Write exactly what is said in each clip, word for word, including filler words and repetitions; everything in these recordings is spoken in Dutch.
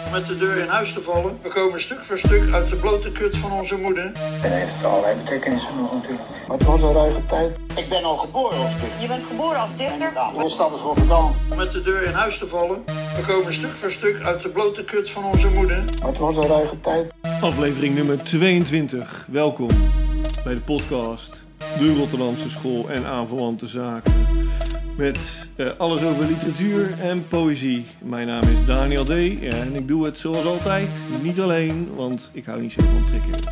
om met de deur in huis te vallen. We komen stuk voor stuk uit de blote kut van onze moeder. En heeft allerlei betekenissen nog natuurlijk. Maar het was een ruige tijd. Ik ben al geboren als dichter. Je bent geboren als dichter? Ja, mijn stad is Rotterdam. Om met de deur in huis te vallen. We komen stuk voor stuk uit de blote kut van onze moeder. Maar het was een ruige tijd. Aflevering nummer tweeëntwintig. Welkom bij de podcast De Rotterdamse School en aanverwante zaken. Met uh, alles over literatuur en poëzie. Mijn naam is Daniel D. En ik doe het zoals altijd niet alleen, want ik hou niet zo van trekken.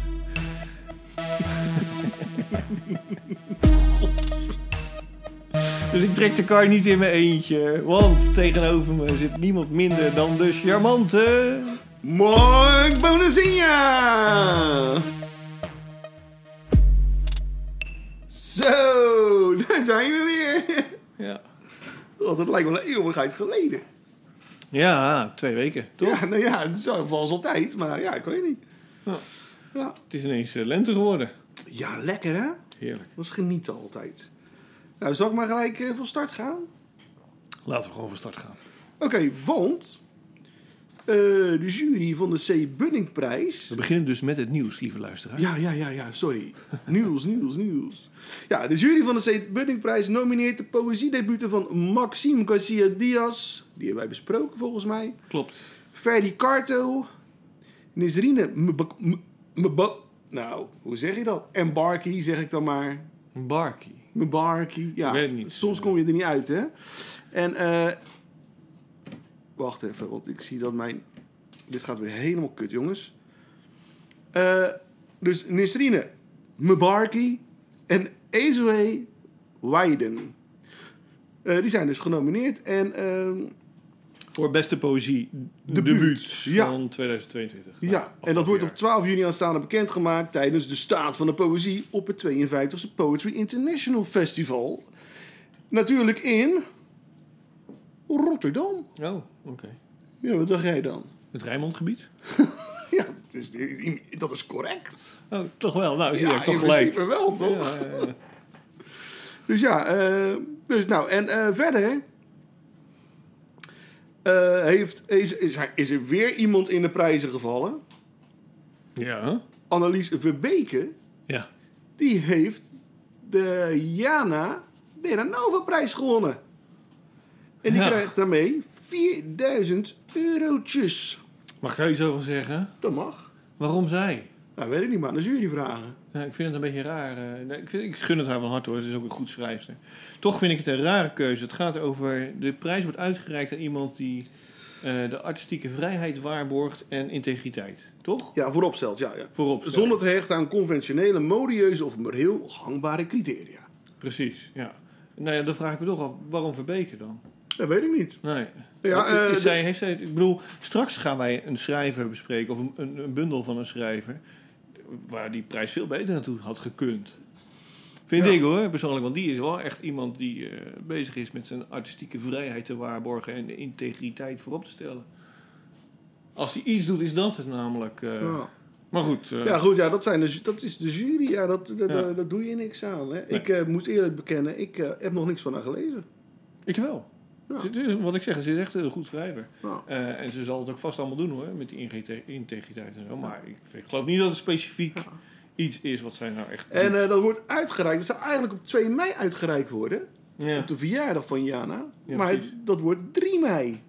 Dus ik trek de kar niet in mijn eentje, want tegenover me zit niemand minder dan de charmante Mark Bonazinha! Zo, daar zijn we weer. Ja. Oh, dat lijkt wel een eeuwigheid geleden. Ja, twee weken, toch? Ja, nou ja, zoals altijd, maar ja, ik weet niet. Ja. Ja, Het is ineens uh, lente geworden. ja lekker hè? Heerlijk. Dat is genieten altijd. Nou, zal ik maar gelijk uh, van start gaan? Laten we gewoon van start gaan. Oké, okay, want uh, de jury van de C. Bunningprijs... We beginnen dus met het nieuws, lieve luisteraar. Ja, ja, ja, ja, sorry. nieuws, nieuws, nieuws. Ja, de jury van de C. Bunningprijs nomineert de poëziedebuten van Maxime Garcia Diaz. Die hebben wij besproken volgens mij. Klopt. Ferdy Carto. Nisrine Mb... Nou, hoe zeg je dat? Mbarki, zeg ik dan maar. Mbarki. Mbarki, ja. Ik weet het niet. Soms kom je er niet uit, hè. En, eh... Uh, wacht even, want ik zie dat mijn... Dit gaat weer helemaal kut, jongens. Uh, dus Nisrine Mbarki en Ezoe Weiden. Uh, die zijn dus genomineerd. En... Uh, voor beste poëzie debuut ja. van tweeduizend tweeëntwintig. Ja, nou, en dat wordt op twaalf juni aanstaande bekendgemaakt tijdens de Staat van de Poëzie op het tweeënvijftigste Poetry International Festival. Natuurlijk in Rotterdam. Oh, oké. Okay. Ja, wat dacht jij dan? Het Rijnmondgebied? Ja, dat is, dat is correct. Oh, toch wel? Nou, zie ja, je toch in gelijk. principe wel, toch? Ja, ja, ja. Dus ja, uh, dus nou, en uh, verder... Uh, heeft, is, is, is er weer iemand in de prijzen gevallen. Ja. Annelies Verbeke. Ja. Die heeft de Jana Beranova-prijs gewonnen. En die ja. krijgt daarmee vierduizend eurotjes. Mag ik daar iets over zeggen? Dat mag. Waarom zij? Nou, weet ik niet, maar aan de jury vragen. Ja, ik vind het een beetje raar. Uh, ik, vind, ik gun het haar van harte hoor, ze is ook een goed schrijfster. Toch vind ik het een rare keuze. Het gaat over... De prijs wordt uitgereikt aan iemand die uh, de artistieke vrijheid waarborgt en integriteit. Toch? Ja, vooropstelt. Ja, ja. Vooropstelt. Zonder te hechten aan conventionele, modieuze of moreel gangbare criteria. Precies, ja. Nou ja, dan vraag ik me toch af, waarom Verbeke dan? Dat weet ik niet. Nee. Ja, uh, is zij, heeft zij, ik bedoel, straks gaan wij een schrijver bespreken, of een, een, een bundel van een schrijver, waar die prijs veel beter naartoe had gekund. Vind ja. ik hoor, persoonlijk. Want die is wel echt iemand die uh, bezig is met zijn artistieke vrijheid te waarborgen en de integriteit voorop te stellen. Als hij iets doet, is dat het namelijk. Uh, ja. Maar goed. Uh, ja, goed, ja, dat, zijn de, dat is de jury. Ja, dat, dat, ja. Uh, dat doe je niks aan. Hè. Nee. Ik uh, moet eerlijk bekennen, ik uh, heb nog niks van haar gelezen. Ik wel. Ja. Ze, is, wat ik zeg, ze is echt een goed schrijver. Ja. Uh, en ze zal het ook vast allemaal doen hoor, met die integriteit en zo. Maar ik, ik geloof niet dat het specifiek ja. iets is wat zij nou echt En uh, dat wordt uitgereikt. Dat zou eigenlijk op twee mei uitgereikt worden. Ja. Op de verjaardag van Jana. Ja, maar het, dat wordt drie mei.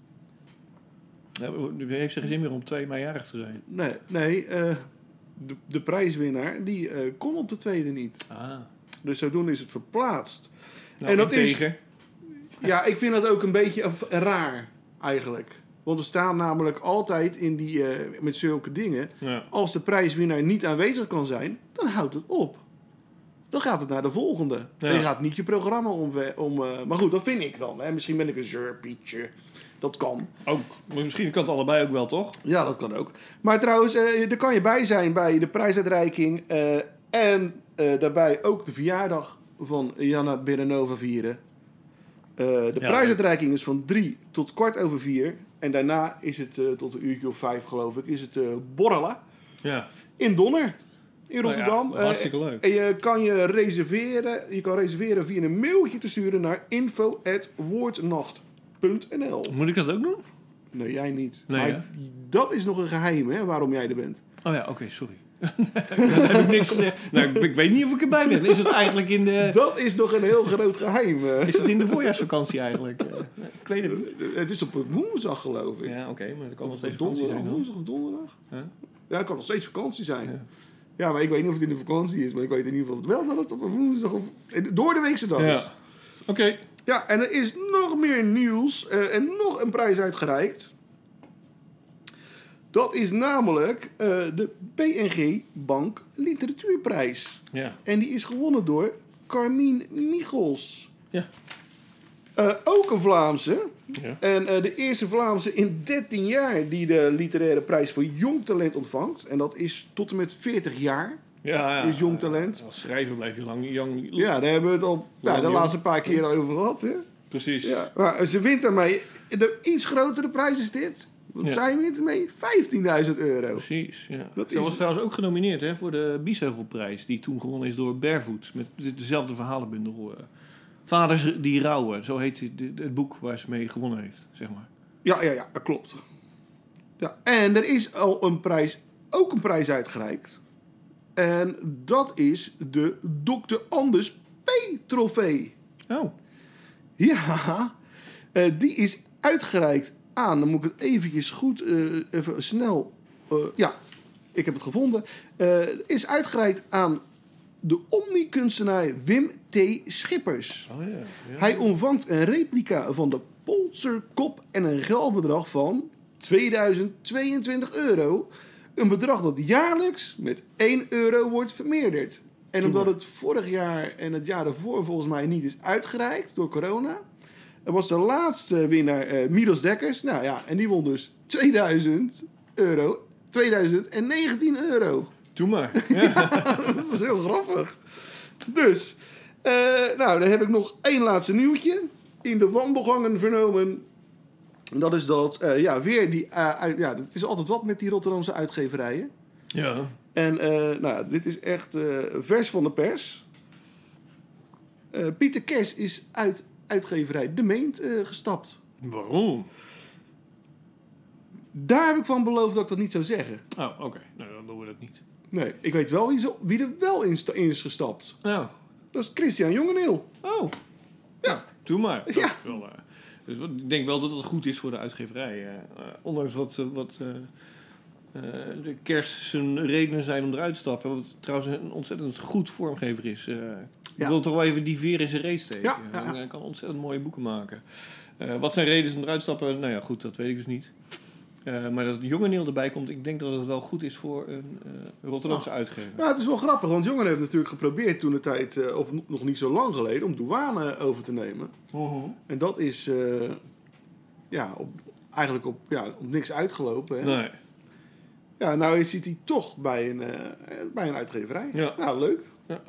Ja, heeft ze geen zin meer om twee mei jarig te zijn? Nee, nee uh, de, de prijswinnaar die uh, kon op de tweede niet. Ah. Dus zodoende is het verplaatst. Nou, en dat tegen. is... Ja, ik vind dat ook een beetje raar eigenlijk. Want er staan namelijk altijd in die, uh, met zulke dingen... Ja. Als de prijswinnaar niet aanwezig kan zijn, dan houdt het op. Dan gaat het naar de volgende. Ja. Je gaat niet je programma om... om uh, maar goed, dat vind ik dan. Hè. Misschien ben ik een zeurpietje. Dat kan. Ook. Maar misschien kan het allebei ook wel, toch? Ja, dat kan ook. Maar trouwens, uh, er kan je bij zijn bij de prijsuitreiking. Uh, en uh, daarbij ook de verjaardag van Jana Beranova vieren. Uh, de ja, prijsuitreiking is van drie tot kwart over vier. En daarna is het uh, tot een uurtje of vijf, geloof ik, is het uh, borrelen. Ja. In Donner. In Rotterdam. Nou ja, hartstikke leuk. Uh, en je kan je reserveren. Je kan reserveren via een mailtje te sturen naar info at woordnacht punt n l. Moet ik dat ook doen? Nee, jij niet. Nee, maar hè? dat is nog een geheim, hè, waarom jij er bent. Oh ja, oké, okay, sorry. Dan heb ik niks gezegd. Nou, ik, ik weet niet of ik erbij ben. Is het eigenlijk in de... Dat is nog een heel groot geheim. Is het in de voorjaarsvakantie eigenlijk? Uh, ik weet het niet. Het is op woensdag, geloof ik. Ja, oké, okay, maar dat kan nog steeds donderdag, vakantie zijn dan. Woensdag of donderdag? Huh? Ja, het kan nog steeds vakantie zijn. Ja. Ja, maar ik weet niet of het in de vakantie is. Maar ik weet in ieder geval wel dat het op een woensdag of door de weekse dag Ja. is. Oké. Okay. Ja, en er is nog meer nieuws uh, en nog een prijs uitgereikt. Dat is namelijk uh, de B N G Bank Literatuurprijs. Ja. En die is gewonnen door Carmien Michels. Ja. Uh, ook een Vlaamse. Ja. En uh, de eerste Vlaamse in dertien jaar die de literaire prijs voor jong talent ontvangt. En dat is tot en met veertig jaar. Ja, ja. Is jong talent. Als schrijver blijf je lang jong. Ja, daar hebben we het al ja, de jong. laatste paar keer over gehad. Hè? Precies. Ja, maar ze wint daarmee. De iets grotere prijs is dit. Want Ja. zij wint ermee vijftienduizend euro. Precies, ja. Dat Ze is- was trouwens ook genomineerd hè, voor de Biesheuvelprijs, die toen gewonnen is door Barefoot. Met dezelfde verhalenbundel. Uh, Vaders die rouwen, zo heet het, het boek waar ze mee gewonnen heeft, zeg maar. Ja, ja, ja, dat klopt. Ja, en er is al een prijs, ook een prijs uitgereikt. En dat is de dokter Anders P-trofee. Oh, Ja, eh, die is uitgereikt aan, dan moet ik het eventjes goed, eh, even snel, eh, ja, ik heb het gevonden. Eh, is uitgereikt aan de omni-kunstenaar Wim T. Schippers. oh ja. ja. Hij ontvangt een replica van de Polsterkop en een geldbedrag van tweeduizend tweeëntwintig euro. Een bedrag dat jaarlijks met één euro wordt vermeerderd. En Doe omdat maar. het vorig jaar en het jaar daarvoor volgens mij niet is uitgereikt door corona, er was de laatste winnaar eh Milos Dekkers. Nou ja, en die won dus tweeduizend euro. tweeduizend negentien euro. Doe maar. Ja. Dat is heel grappig. Dus, eh, nou, dan heb ik nog één laatste nieuwtje. In de wandelgangen vernomen. Dat is dat, eh, ja, weer die... Uh, uit, ja, het is altijd wat met die Rotterdamse uitgeverijen. ja. En, eh, nou, dit is echt eh, vers van de pers. Eh, Pieter Kers is uit uitgeverij De Meent eh, gestapt. Waarom? Daar heb ik van beloofd dat ik dat niet zou zeggen. Oh, oké. Okay. Nou, dan doen we dat niet. Nee, ik weet wel wie, zo, wie er wel in, sta- in is gestapt. Nou, Dat is Christian Jongeneel. oh. Ja. Doe maar. Dat Ja. is wel, uh, dus wat- ik denk wel dat het goed is voor de uitgeverij. uh, uh, ondanks wat, uh, wat uh, uh, de Kers zijn redenen zijn om eruit te stappen. Wat trouwens een ontzettend goed vormgever is. Uh, ik Ja. wil toch wel even die veer in zijn reet steken. Ja, ja, ja. Hij kan ontzettend mooie boeken maken. Uh, wat zijn redenen om eruit te stappen? Nou ja, goed, dat weet ik dus niet. Uh, maar dat Jongeneel erbij komt, ik denk dat het wel goed is voor een uh, Rotterdamse uitgever. Ja, het is wel grappig, want Jongen heeft natuurlijk geprobeerd toen de tijd, uh, of nog niet zo lang geleden, om douane over te nemen. Uh-huh. En dat is uh, ja, op, eigenlijk op, ja, op niks uitgelopen. Hè? Nee. Ja, nou zit hij toch bij een, uh, bij een uitgeverij. Ja. Nou, leuk.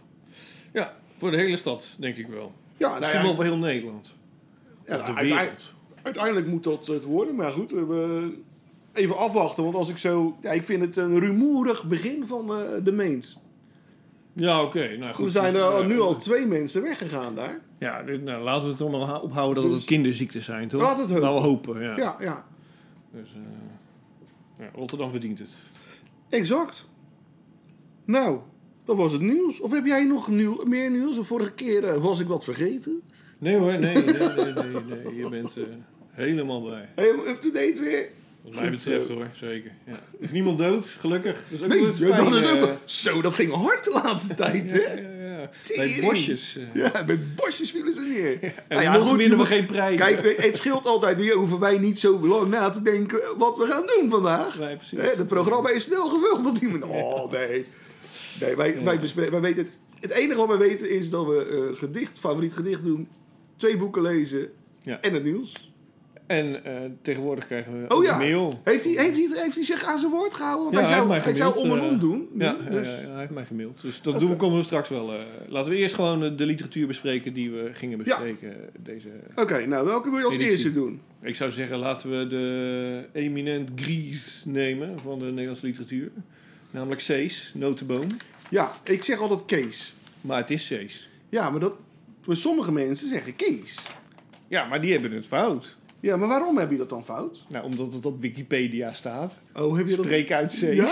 Ja, voor de hele stad, denk ik wel. Ja, nou Misschien ja, wel voor heel Nederland. ja, Of de uiteindelijk, wereld. uiteindelijk moet dat het worden, maar goed, we hebben even afwachten. Want als ik zo, ja, ik vind het een rumoerig begin van uh, De Meent. Ja, oké. Okay. Nou, goed. Er zijn er Ja, nu al twee mensen weggegaan daar. Ja, dit, nou, laten we het er maar ophouden dat Dus- het kinderziektes zijn, toch? Laat het hopen. Nou, we hopen, ja. Ja, ja. Dus, uh, ja, Rotterdam verdient het. Exact. Nou, dat was het nieuws. Of heb jij nog nieuw, meer nieuws? De vorige keer uh, was ik wat vergeten. Nee hoor, nee, nee, nee, nee, nee. Je bent uh, helemaal bij. Helemaal up-to-date weer. Wat mij Goed betreft zo. hoor, zeker. Ja. Er is niemand dood, gelukkig. Dat is ook Nee, wel eens ja, dat fijn, is ook... uh, Zo, dat ging hard de laatste tijd, hè? Ja, ja, ja. Bij Tering. bosjes. uh. Ja, bij bosjes vielen ze neer. En Nou ja, nog goed, je winnen we moet- geen prijs. Kijk, het scheelt altijd weer, hoeven wij niet zo lang na te denken wat we gaan doen vandaag. Nee, precies. Hè, de programma is snel gevuld op die manier. Oh, nee. Nee, wij, wij, bespreken, wij weten het. Het enige wat wij weten is dat we uh, gedicht, favoriet gedicht doen, twee boeken lezen Ja. en het nieuws. En uh, tegenwoordig krijgen we Oh ook ja, een mail. heeft hij, heeft, hij, heeft hij zich aan zijn woord gehouden? Want Ja, hij, hij zou, heeft mij hij zou om gemaild, en om uh, doen. nu, Ja, dus. ja, ja, hij heeft mij gemaild. Dus dat doen we, komen we straks wel. Uh, laten we eerst gewoon uh, de literatuur bespreken die we gingen bespreken. Deze. Oké, okay, nou welke wil je als Editie. eerste doen? Ik zou zeggen, laten we de eminent Gries nemen van de Nederlandse literatuur. Namelijk Cees, notenboom. Ja, ik zeg altijd Kees. Maar het is Cees. Ja, maar dat, maar sommige mensen zeggen Kees. Ja, maar die hebben het fout. Ja, maar waarom heb je dat dan fout? Nou, omdat het op Wikipedia staat. Oh, heb je dat... Spreek uit Cees. Ja,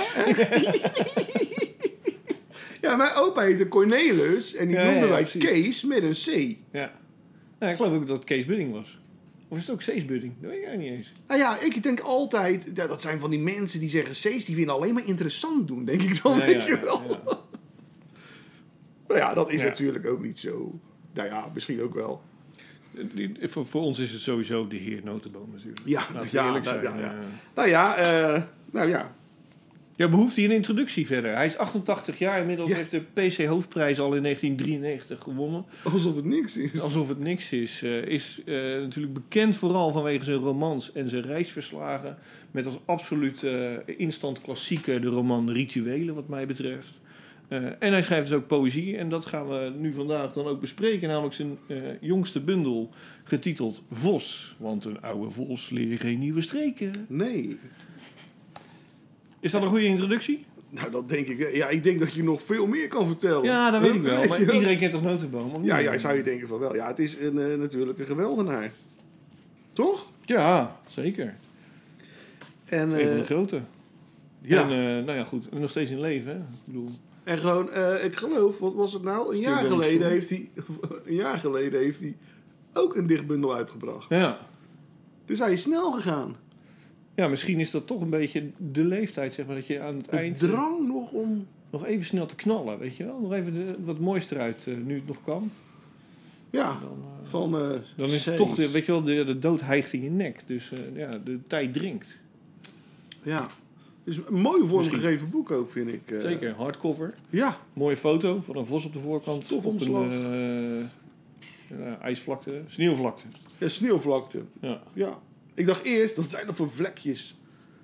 ja, mijn opa heette Cornelis en die Ja, noemden ja, wij precies. Kees met een C. Ja. Nou, ik geloof ook dat het Kees Budding was. Of is het ook Cees Budding? Dat weet ik eigenlijk niet eens. Nou ja, ik denk altijd, ja, dat zijn van die mensen die zeggen C's, die vinden alleen maar interessant doen, denk ik dan, Ja, weet ja, je ja, wel. ja. Maar ja, dat is Ja. natuurlijk ook niet zo. Nou ja, misschien ook wel. Die- Voor, voor ons is het sowieso de heer Notenboom natuurlijk. Ja, Laten we ja, eerlijk nou, zijn. ja, ja. eh. Nou ja, eh, nou ja. Ja, behoeft hij een introductie verder? Hij is achtentachtig jaar. Inmiddels Ja. heeft de P C Hoofdprijs al in negentien drieëntennegentig gewonnen. Alsof het niks is. Alsof het niks is. Uh, is uh, natuurlijk bekend vooral vanwege zijn romans en zijn reisverslagen. Met als absoluut uh, instant klassieker de roman Rituelen, wat mij betreft. Uh, en hij schrijft dus ook poëzie. En dat gaan we nu vandaag dan ook bespreken. Namelijk zijn uh, jongste bundel, getiteld Vos. Want een oude vos leert geen nieuwe streken. Nee. Is dat een goede introductie? Nou, dat denk ik. Ja, ik denk dat je nog veel meer kan vertellen. Ja, dat weet ik wel. Maar Weet je iedereen kent toch Notenboom? of niet? Ja, ja, zou je denken van wel. Ja, het is een, uh, natuurlijk een geweldenaar. Toch? Ja, zeker. En, Een van de uh, grote. ja. En, uh, nou ja, goed. En nog steeds in leven, hè? Ik bedoel... en gewoon, uh, ik geloof, wat was het nou? Een Stuur jaar wel eens geleden voor. heeft hij, een jaar geleden heeft hij ook een dichtbundel uitgebracht. Ja. Dus hij is snel gegaan. Ja, misschien is dat toch een beetje de leeftijd, zeg maar. Dat je aan het De eind drang nog om... nog even snel te knallen, weet je wel? Nog even de, wat moois eruit, uh, nu het nog kan. Ja, Dan, uh, van... Uh, dan is het toch, de, weet je wel, de, de dood hijgt in je nek. Dus uh, ja, de tijd dringt. Ja. Dus een mooi vormgegeven boek ook, vind ik. Uh, Zeker, hardcover. Ja. Mooie foto van een vos op de voorkant. Stofomslag. Op een uh, uh, ijsvlakte, sneeuwvlakte. Ja, sneeuwvlakte. Ja. Ja. Ik dacht eerst, dat zijn er voor vlekjes.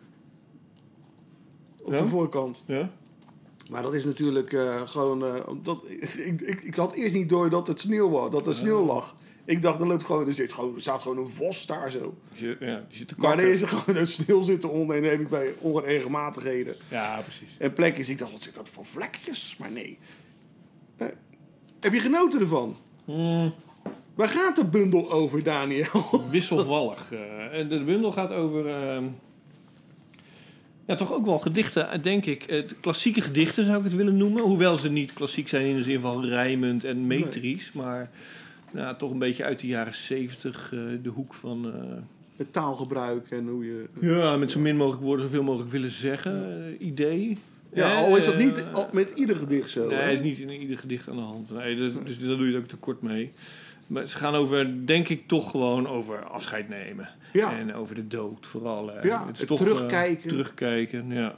Op Ja? de voorkant. Ja? Maar dat is natuurlijk uh, gewoon... Uh, dat, ik, ik, ik had eerst niet door dat het sneeuw was, dat er sneeuw lag. Ik dacht, er loopt gewoon, er, zit gewoon, er staat gewoon een vos daar zo. Die zit, ja, die zit te Maar kakken. er is er gewoon een sneeuw zitten onder en dan heb ik bij onregelmatigheden Ja, precies. en plekjes. Ik dacht, wat zit dat voor vlekjes? Maar nee. nee. Heb je genoten ervan? Mm. Waar gaat de bundel over, Daniel? Wisselvallig. Uh, en de bundel gaat over... Uh, ja, toch ook wel gedichten, denk ik. Uh, klassieke gedichten zou ik het willen noemen. Hoewel ze niet klassiek zijn in de zin van rijmend en metrisch. Nee. Maar nou, toch een beetje uit de jaren zeventig. Uh, de hoek van... Uh, Het taalgebruik en hoe je... ja, met zo min mogelijk woorden zoveel mogelijk willen zeggen. Uh, idee. Ja, al is dat niet al met ieder gedicht zo. Nee, hè? het is niet in ieder gedicht aan de hand. Nee, dat, dus daar doe je het ook tekort mee. Maar ze gaan over, denk ik, toch gewoon over afscheid nemen. Ja. En over de dood vooral. hè. Ja, het is het toch, terugkijken. Uh, terugkijken, ja.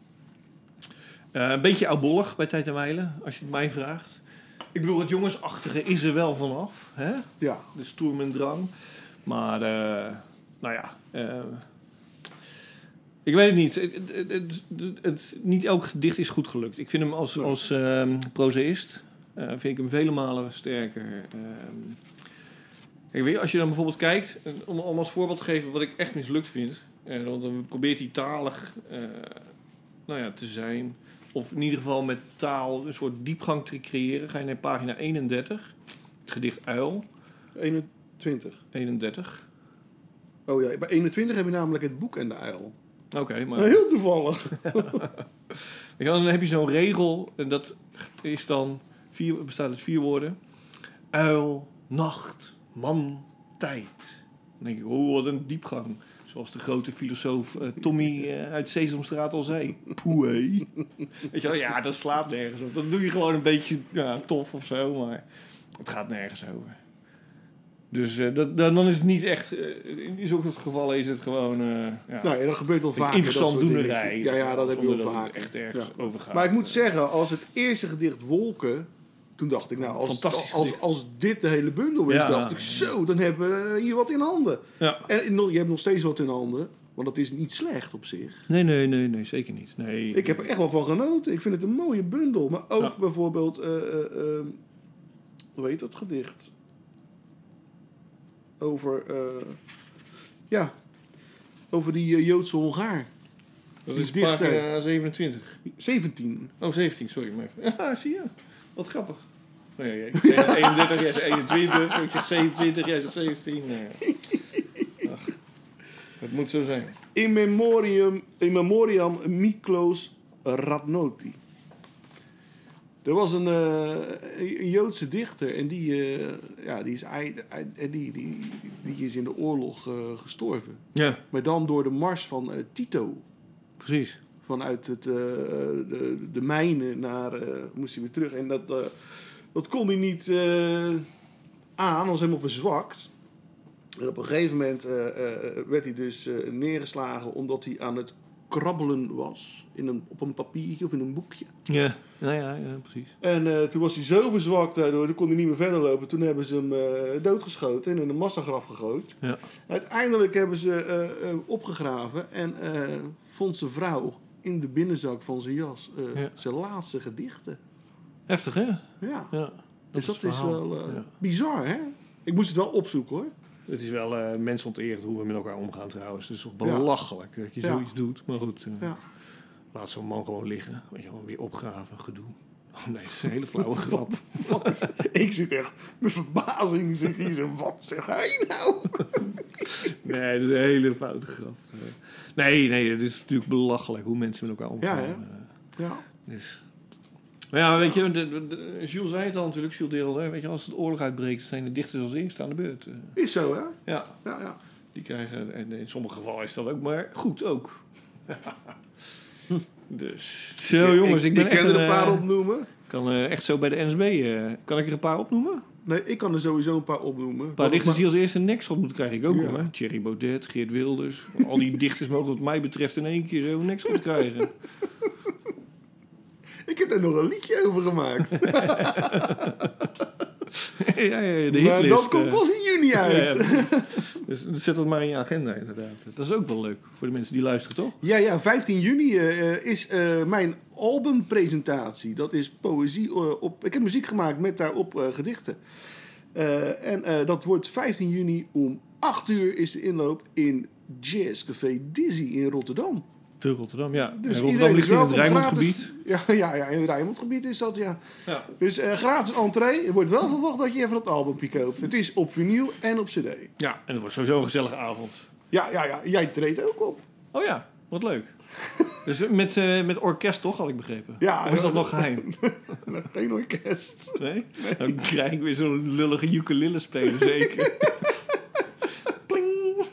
Uh, een beetje oudbollig bij Tijd en Wijlen, als je het mij vraagt. Ik bedoel, het jongensachtige is er wel vanaf. Hè? Ja. De stoem en drang. Maar, uh, nou ja... Uh, ik weet het niet. Het, het, het, het, het, niet elk gedicht is goed gelukt. Ik vind hem als, als uh, prozaïst... Uh, vind ik hem vele malen sterker. Uh, kijk, weet je, als je dan bijvoorbeeld kijkt... Om, om als voorbeeld te geven wat ik echt mislukt vind... Uh, want dan probeert hij talig uh, nou ja, te zijn... of in ieder geval met taal een soort diepgang te creëren... ga je naar pagina eenendertig. Het gedicht Uil. eenentwintig. eenendertig. Oh ja, bij eenentwintig heb je namelijk het boek en de uil. Oké, okay, maar... Nou, heel toevallig. Ja, dan heb je zo'n regel... en dat is dan... Vier, bestaat uit vier woorden. Uil, nacht, man, tijd. Dan denk ik, oh, wat een diepgang. Zoals de grote filosoof uh, Tommy uh, uit Sesamstraat al zei. Poeh. Weet je wel, ja, dat slaat nergens op. Dat doe je gewoon een beetje ja, tof of zo, maar het gaat nergens over. Dus uh, dat, dan is het niet echt... Uh, in zulke gevallen is het gewoon... Uh, ja, nou ja, dat gebeurt wel vaker. Interessant doenerij. Ja, ja, dat heb je wel dat vaker. Het echt ergens ja. over gaat. Maar ik moet zeggen, als het eerste gedicht Wolken... Toen dacht ik, nou, als, Fantastisch als, gedicht. als dit de hele bundel is, Ja. dacht ik, zo, dan hebben we hier wat in handen. Ja. En nog- je hebt nog steeds wat in handen, want dat is niet slecht op zich. Nee, nee, nee, nee, zeker niet. Nee. Ik heb er echt wel van genoten. Ik vind het een mooie bundel. Maar ook Ja. bijvoorbeeld, uh, uh, uh, hoe heet dat gedicht? Over, uh, ja, over die uh, Joodse Hongaar. Dat die is dichter. pagina zevenentwintig. zeventien. Oh, zeventien, sorry. Maar even. Ja, zie je. Wat grappig. Oh, ja, ja. Ik zeg eenendertig, jij zegt eenentwintig. Ik zeg zevenentwintig, jij zegt zeventien. Nou ja. Ach. Het moet zo zijn. In memoriam, in memoriam Miklos Radnoti. Er was een, uh, een Joodse dichter en die, uh, ja, die, is, die, die, die, die is in de oorlog uh, gestorven. Ja. Maar dan door de mars van uh, Tito. Precies. Vanuit het, uh, de, de mijnen naar, uh, moest hij weer terug. En dat, uh, dat kon hij niet uh, aan, was helemaal verzwakt. En op een gegeven moment uh, uh, werd hij dus uh, neergeslagen omdat hij aan het krabbelen was. In een, op een papiertje of in een boekje. Ja, nou ja, ja, precies. En uh, toen was hij zo verzwakt daardoor, toen kon hij niet meer verder lopen. Toen hebben ze hem uh, doodgeschoten en in een massagraf gegooid. Ja. Uiteindelijk hebben ze uh, uh, opgegraven en uh, vond zijn vrouw in de binnenzak van zijn jas uh, Ja. zijn laatste gedichten. Heftig, hè? Ja, Ja. dus dat het is verhaal. wel uh, Ja. bizar, hè? Ik moest het wel opzoeken, hoor. Het is wel uh, mensonterend hoe we met elkaar omgaan trouwens. Het is toch belachelijk dat je Ja. zoiets doet. Maar goed, uh, Ja. laat zo'n man gewoon liggen. Weet je, gewoon weer opgraven, gedoe. Oh nee, dat is een hele flauwe grap. Ik zit echt met verbazing. Zeg hier zo, wat zeg hij nou? Nee, dat is een hele foute grap. Uh, nee, nee, het is natuurlijk belachelijk hoe mensen met elkaar omgaan. Ja, hè? Uh, Ja. dus. Maar ja, weet je, de, de, de, Jules zei het al natuurlijk, Jules Deelder. Weet je, als het oorlog uitbreekt, zijn de dichters als eerste aan de beurt. Uh, Is zo, hè? ja, Ja, ja. die krijgen, en in sommige gevallen is dat ook, maar goed ook. Dus, zo jongens, ik, ben ik echt kan er een een, paar uh, opnoemen. kan uh, echt zo bij de N S B, uh, kan ik er een paar opnoemen? Nee, ik kan er sowieso een paar opnoemen. Een paar dichters die als eerste een nekschot moeten krijgen, ik ook Ja. hoor. Thierry Baudet, Geert Wilders. Al die dichters mogen wat mij betreft in één keer zo een nekschot krijgen. Ik heb daar nog een liedje over gemaakt. ja, ja, de Maar hitlist. dat komt uh, pas in juni uit. ja, ja, dus zet dat maar in je agenda inderdaad. Dat is ook wel leuk voor de mensen die luisteren, toch? Ja, ja, vijftien juni uh, is uh, mijn albumpresentatie. Dat is poëzie uh, op... Ik heb muziek gemaakt met daarop uh, gedichten. Uh, en uh, dat wordt vijftien juni om acht uur is de inloop in Jazzcafé Dizzy in Rotterdam. Veel Rotterdam, ja. Dus en Rotterdam ligt in het welkom, Rijnmondgebied. gratis- Ja, ja, ja, in het Rijnmondgebied is dat, ja. Ja. Dus uh, gratis entree. Er wordt wel verwacht dat je even dat albumpje koopt. Het is op vinyl en op cd. ja, en het wordt sowieso een gezellige avond. Ja, ja, ja. Jij treedt ook op. Oh ja, wat leuk. Dus met, uh, met orkest toch, had ik begrepen? Ja, Of is dat ja. nog geheim? Geen orkest. Nee? Dan krijg ik weer zo'n lullige ukulele spelen, zeker. Pling.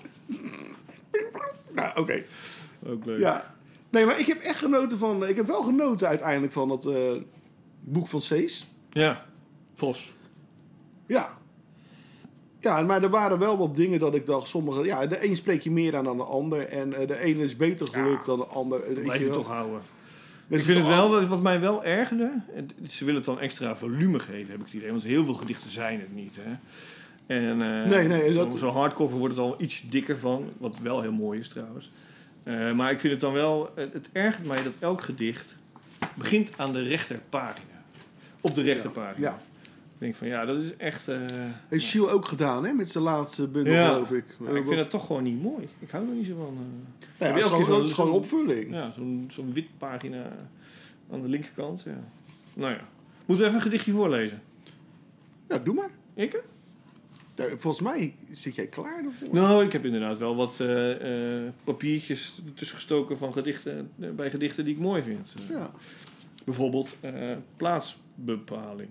Nou, oké. Okay. Ook leuk. Ja. Nee, maar ik heb echt genoten van... Ik heb wel genoten uiteindelijk van dat uh, boek van Cees. Ja, Vos. Ja. Ja, maar er waren wel wat dingen dat ik dacht... Sommige, ja, de een spreek je meer aan dan de ander. En uh, de ene is beter gelukt Ja. dan de ander. Dat Weet blijf je je wel. toch houden. Dat Ik is vind het toch wel, wat mij wel ergerde, het- ze willen het dan extra volume geven, heb ik het idee. Want heel veel gedichten zijn het niet. Hè? En uh, Nee, nee, zo'n dat- zo hardcover wordt het al iets dikker van, wat wel heel mooi is trouwens. Uh, maar ik vind het dan wel, het, het ergert mij dat elk gedicht begint aan de rechterpagina. Op de rechterpagina. Ja. Ik denk van ja, dat is echt... Uh, Heeft Gilles ook gedaan, hè? Met zijn laatste bundel, Ja. geloof ik. maar ik vind het toch gewoon niet mooi. Ik hou er niet zo van. Uh, Ja, heb dat je is elke gewoon, keer dat is zo'n- gewoon zo'n- opvulling. Ja, zo'n zo'n wit pagina aan de linkerkant. Ja. Nou ja. Moeten we even een gedichtje voorlezen? Ja, doe maar. Ik? Ja, volgens mij zit jij klaar daarvoor. Nou, ik heb inderdaad wel wat uh, uh, papiertjes tussen gestoken van gedichten, uh, bij gedichten die ik mooi vind. Uh, Ja. Bijvoorbeeld uh, plaatsbepaling.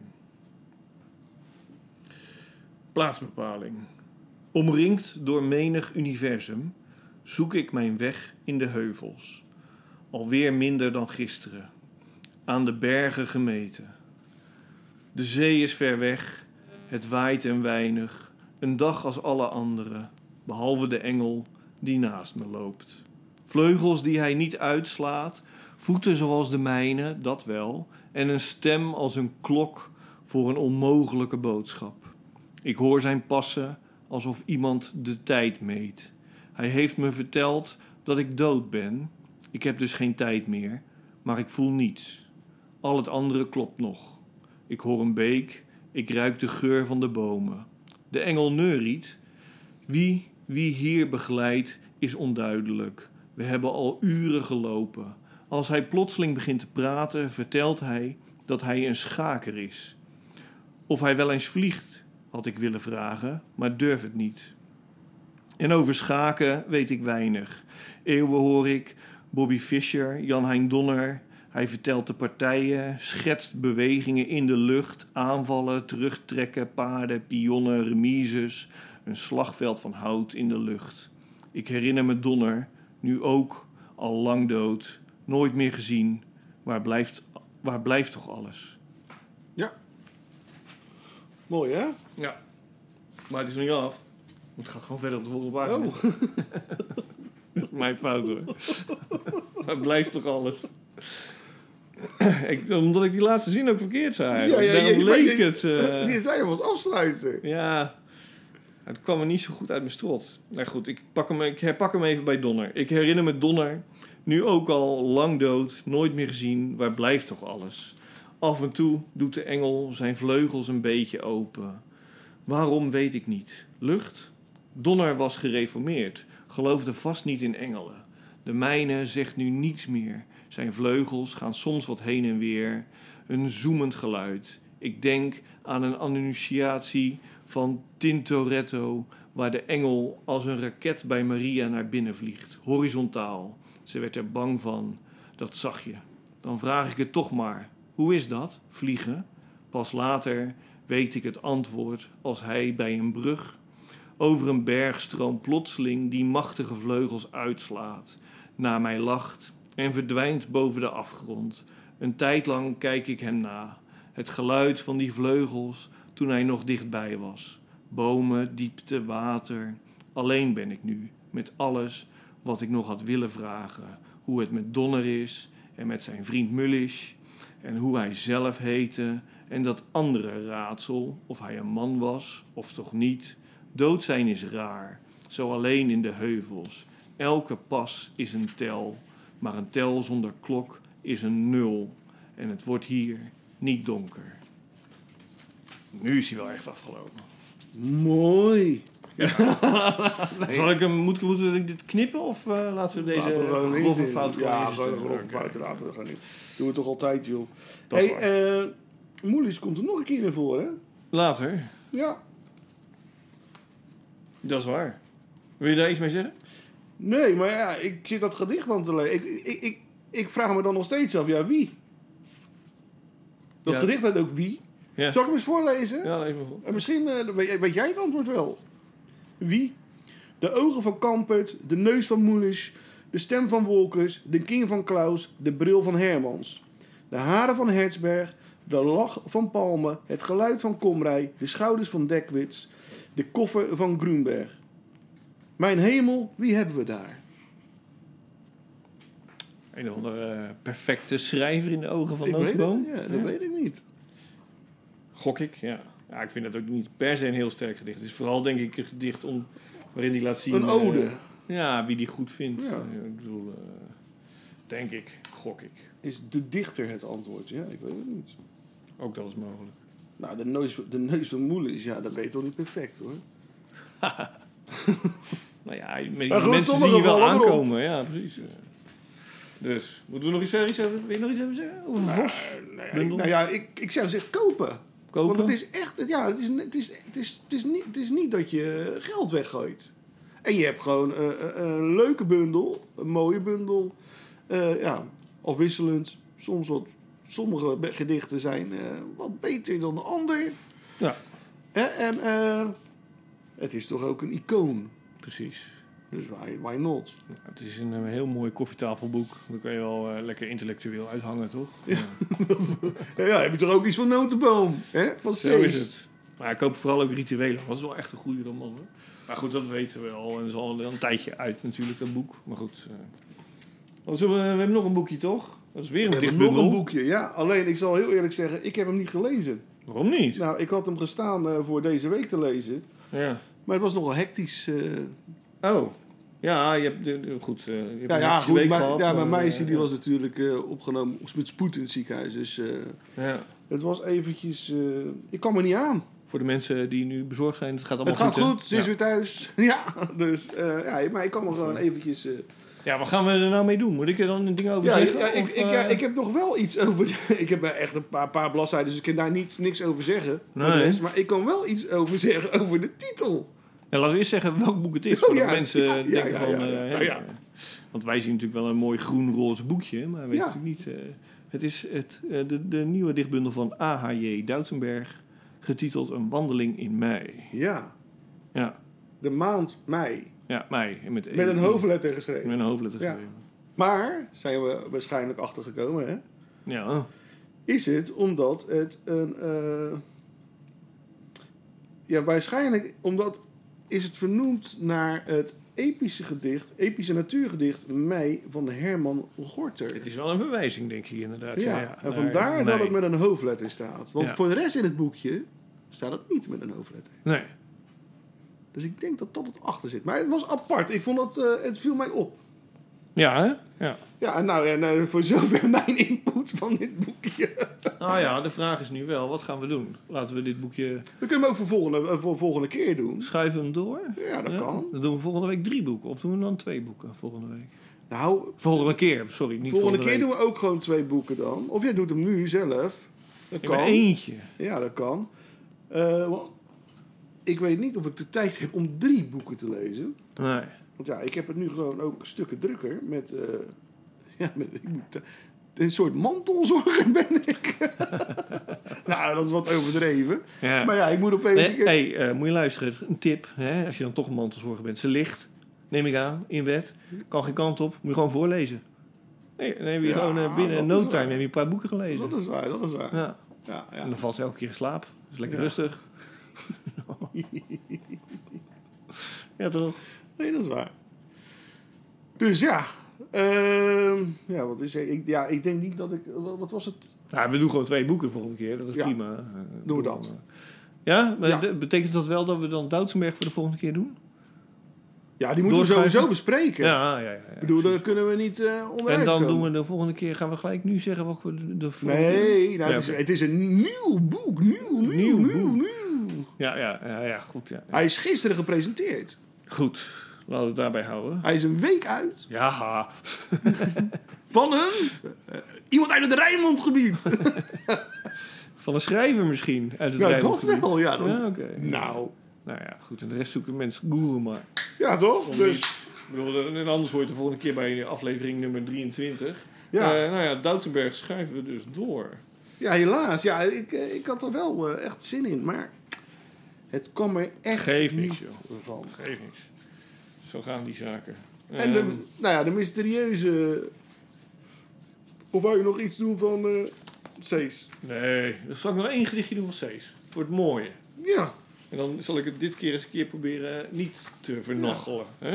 Plaatsbepaling. Omringd door menig universum zoek ik mijn weg in de heuvels. Alweer minder dan gisteren. Aan de bergen gemeten. De zee is ver weg. Het waait een weinig. Een dag als alle andere. Behalve de engel die naast me loopt. Vleugels die hij niet uitslaat. Voeten zoals de mijne, dat wel. En een stem als een klok voor een onmogelijke boodschap. Ik hoor zijn passen alsof iemand de tijd meet. Hij heeft me verteld dat ik dood ben. Ik heb dus geen tijd meer, maar ik voel niets. Al het andere klopt nog. Ik hoor een beek, ik ruik de geur van de bomen. De engel neuriet. Wie, wie hier begeleidt, is onduidelijk. We hebben al uren gelopen. Als hij plotseling begint te praten, vertelt hij dat hij een schaker is. Of hij wel eens vliegt, had ik willen vragen, maar durf het niet. En over schaken weet ik weinig. Eeuwen hoor ik, Bobby Fischer, Jan-Hein Donner. Hij vertelt de partijen, schetst bewegingen in de lucht, aanvallen, terugtrekken, paarden, pionnen, remises. Een slagveld van hout in de lucht. Ik herinner me Donner, nu ook, al lang dood, nooit meer gezien. Waar blijft, waar blijft toch alles? Ja. Mooi, hè? Ja. Maar het is nog niet af. Het gaat gewoon verder op de volgende pagina. Oh. Dat is mijn fout hoor. Waar blijft toch alles? Ik, omdat ik die laatste zin ook verkeerd zei. Ja, ja, Daarom ja, leek je, het... Uh, je zei hem als afsluiten. Ja, het kwam er niet zo goed uit mijn strot. Nou goed, ik, pak hem, ik herpak hem even bij Donner. Ik herinner me Donner, nu ook al lang dood, nooit meer gezien. Waar blijft toch alles? Af en toe doet de engel zijn vleugels een beetje open. Waarom weet ik niet. Lucht? Donner was gereformeerd, geloofde vast niet in engelen. De mijne zegt nu niets meer. Zijn vleugels gaan soms wat heen en weer. Een zoemend geluid. Ik denk aan een annunciatie van Tintoretto, waar de engel als een raket bij Maria naar binnen vliegt. Horizontaal. Ze werd er bang van. Dat zag je. Dan vraag ik het toch maar. Hoe is dat, vliegen? Pas later weet ik het antwoord als hij bij een brug over een bergstroom plotseling die machtige vleugels uitslaat, naar mij lacht en verdwijnt boven de afgrond. Een tijd lang kijk ik hem na. Het geluid van die vleugels toen hij nog dichtbij was. Bomen, diepte, water. Alleen ben ik nu, met alles wat ik nog had willen vragen. Hoe het met Donner is en met zijn vriend Mullisch. En hoe hij zelf heette. En dat andere raadsel, of hij een man was of toch niet. Dood zijn is raar, zo alleen in de heuvels. Elke pas is een tel, maar een tel zonder klok is een nul. En het wordt hier niet donker. Nu is hij wel echt afgelopen. Mooi. Nee. Zal ik hem, moet, moeten we dit knippen of uh, laten we deze Laten we gewoon grove inzien. fout Ja, gewoon gewoon een inzetten? grove Oké. fout laten we gewoon niet. Doen we toch altijd, joh. Dat is Hey, eh Moelis komt er nog een keer in voor, hè? Later, Ja. dat is waar. Wil je daar iets mee zeggen? Nee, maar ja, ik zit dat gedicht aan te lezen. Ik, ik, ik, ik vraag me dan nog steeds af, ja, wie? Dat Ja. gedicht heet ook wie. Ja, Zal ik hem eens voorlezen? ja even goed. En misschien eh, weet, weet jij het antwoord wel. Wie? De ogen van Kampert, de neus van Moelis, de stem van Wolkers, de king van Klaus, de bril van Hermans. De haren van Hertzberg, de lach van Palme, het geluid van Komrij, de schouders van Dekwits, de koffer van Grunberg. Mijn hemel, wie hebben we daar? Een of andere uh, perfecte schrijver in de ogen van Ik weet Notenboom. het, ja, dat Ja. weet ik niet. Gok ik, ja. Ja, ik vind dat ook niet per se een heel sterk gedicht. Het is vooral denk ik een gedicht om, waarin hij laat zien... Een ode. uh, ja, wie die goed vindt. Ja. Uh, ik bedoel, uh, denk ik, gok ik. Is de dichter het antwoord? Ja, ik weet het niet. Ook dat is mogelijk. Nou, de neus, de neus van Moelis, ja, dat weet je toch niet perfect, hoor. Nou ja, met die Maar goed, mensen sommige zie je wel vallen erop. aankomen. Ja, precies. uh. Dus, moeten we nog iets, verder iets over... Wil je nog iets over zeggen? Over Vos? Nee, Bundel? nou ja, ik, ik zou zeggen kopen. Kopen? Want het is echt, ja, het is, het is, het is, het is, niet, het is niet dat je geld weggooit. En je hebt gewoon uh, een leuke bundel, een mooie bundel. Uh, ja, afwisselend. Soms wat, sommige be- gedichten zijn uh, wat beter dan de ander. Ja, Hè? En uh, het is toch ook een icoon. precies. Dus why, why not? Ja, het is een, uh, heel mooi koffietafelboek. Daar kan je wel uh, lekker intellectueel uithangen, toch? Ja. Ja, ja, heb je toch ook iets van Notenboom? Hè? Van Zo is Cees. het. Maar ik koop vooral ook Rituelen. Dat is wel echt een goede roman, hoor. Maar goed, dat weten we al. En dat is al een tijdje uit natuurlijk, dat boek. Maar goed. Uh... Wat zullen we, we hebben nog een boekje, toch? Dat is weer een We hebben dichtbundel. nog een boekje, ja. Alleen, ik zal heel eerlijk zeggen, ik heb hem niet gelezen. Waarom niet? Nou, ik had hem gestaan uh, voor deze week te lezen. Ja. Maar het was nogal hectisch. Uh... Oh. Ja, je hebt... de- de- goed. Uh, je hebt Ja, een ja, hectische goed. week Maar, gehad, ja, mijn maar, meisje uh, die ja. was natuurlijk uh, opgenomen met spoed in het ziekenhuis. Dus uh, Ja. het was eventjes... Uh, ik kwam er niet aan. Voor de mensen die nu bezorgd zijn, het gaat allemaal Het gaat goed, hè? goed, ze is Ja. weer thuis. Ja, dus uh, ja, maar ik kwam er gewoon eventjes... Uh... Ja, wat gaan we er nou mee doen? Moet ik er dan een ding over Ja, zeggen? ja, ik, Of, ik, uh, ja, ik heb nog wel iets over... ik heb echt een paar, paar bladzijden, dus ik kan daar niet, niks over zeggen. Voor de Nee. rest, maar ik kan wel iets over zeggen over de titel. En laten we eerst zeggen welk boek het is. Oh, Voordat ja. mensen Ja, ja, denken ja, van... ja, ja. eh, hè, Oh, ja. eh, Want wij zien natuurlijk wel een mooi groen-roze boekje. Maar we weten Ja. natuurlijk niet... eh, het is het, eh, de, de nieuwe dichtbundel van A H J Doutsenberg. Getiteld Een wandeling in mei. Ja, Ja, de maand mei. ja mei. Met, Met een hoofdletter geschreven. Met een hoofdletter Ja. geschreven. Maar, zijn we waarschijnlijk achtergekomen, hè? Ja. Is het omdat het een... eh, ja, waarschijnlijk omdat... Is het vernoemd naar het epische gedicht, epische natuurgedicht Mei van Herman Gorter. Het is wel een verwijzing, denk ik inderdaad. Ja, Ja, ja, en naar vandaar dat mei. het met een hoofdletter staat. Want Ja. voor de rest in het boekje staat het niet met een hoofdletter. Nee. Dus ik denk dat dat het achter zit. Maar het was apart. Ik vond dat, eh, het viel mij op. Ja, hè? Ja. Ja, en nou, en uh, voor zover mijn input van dit boekje. Nou ja, de vraag is nu wel, wat gaan we doen? Laten we dit boekje... We kunnen hem ook voor volgende, uh, voor volgende keer doen. Schuiven we hem door? Ja, dat kan. Dan doen we volgende week drie boeken. Of doen we dan twee boeken volgende week? Nou, Volgende keer, sorry. Niet volgende volgende keer week. doen we ook gewoon twee boeken dan. Of jij doet hem nu zelf. Dat Ik ben kan. eentje. Ja, dat kan. Uh, want ik weet niet of ik de tijd heb om drie boeken te lezen. Nee. Want ja, ik heb het nu gewoon ook stukken drukker. Met, uh, ja, met ik moet, uh, een soort mantelzorger ben ik. Nou, dat is wat overdreven. Ja. Maar ja, ik moet opeens... Nee, een keer- hey, uh, moet je luisteren. Een tip. Hè? Als je dan toch een mantelzorger bent. Ze ligt, neem ik aan, in bed. Kan geen kant op. Moet je gewoon voorlezen. Nee, dan heb je Ja, gewoon uh, binnen dat no is time waar. heb je een paar boeken gelezen. Dat is waar, dat is waar. Ja. Ja, ja. En dan valt ze elke keer in slaap. Dat is lekker Ja. rustig. Ja, toch? Nee, dat is waar. Dus ja... Uh, ja, wat is er? Ik, ja, ik denk niet dat ik... Wat, wat was het? Nou, we doen gewoon twee boeken de volgende keer. Dat is Ja. prima. Uh, Doen we dat. Ja? Maar Ja. de- betekent dat wel dat we dan Doutsenberg voor de volgende keer doen? Ja, die moeten we Doorschuiven? sowieso bespreken. Ja, ja, ja. ja, Ik bedoel, precies. daar kunnen we niet uh, onderuit En dan komen. doen we de volgende keer, gaan we gelijk nu zeggen wat we de, de volgende Nee, nou, Ja, het, is, oké. het is een nieuw boek. Nieuw, nieuw, Nieuw nieuw, boek. nieuw. Ja, ja, ja, ja, goed. Ja. Hij is gisteren gepresenteerd. Goed, laten we het daarbij houden. Hij is een week uit Ja, van een... uh, iemand uit het Rijnmondgebied. van een schrijver misschien uit het Ja, dat Rijnmondgebied. wel. Ja, dan, Ja, oké. Nou, Nou ja, goed. En de rest zoeken mensen googlen maar. ja toch? Dus, Ik bedoel, en anders hoor je het de volgende keer bij aflevering nummer drieëntwintig. ja. Eh, nou ja, Doutsenberg schrijven we dus door. ja, helaas. Ja, ik, uh, ik had er wel uh, echt zin in. Maar het kwam er echt Geeft niks, niet joh. van. Geef niks. Zo gaan die zaken. En de, Ehm, nou ja, de mysterieuze... Of wou je nog iets doen van uh, Cees? nee, dan zal ik nog één gedichtje doen van Cees. Voor het mooie. Ja. En dan zal ik het dit keer eens een keer proberen niet te vernachelen. Hè?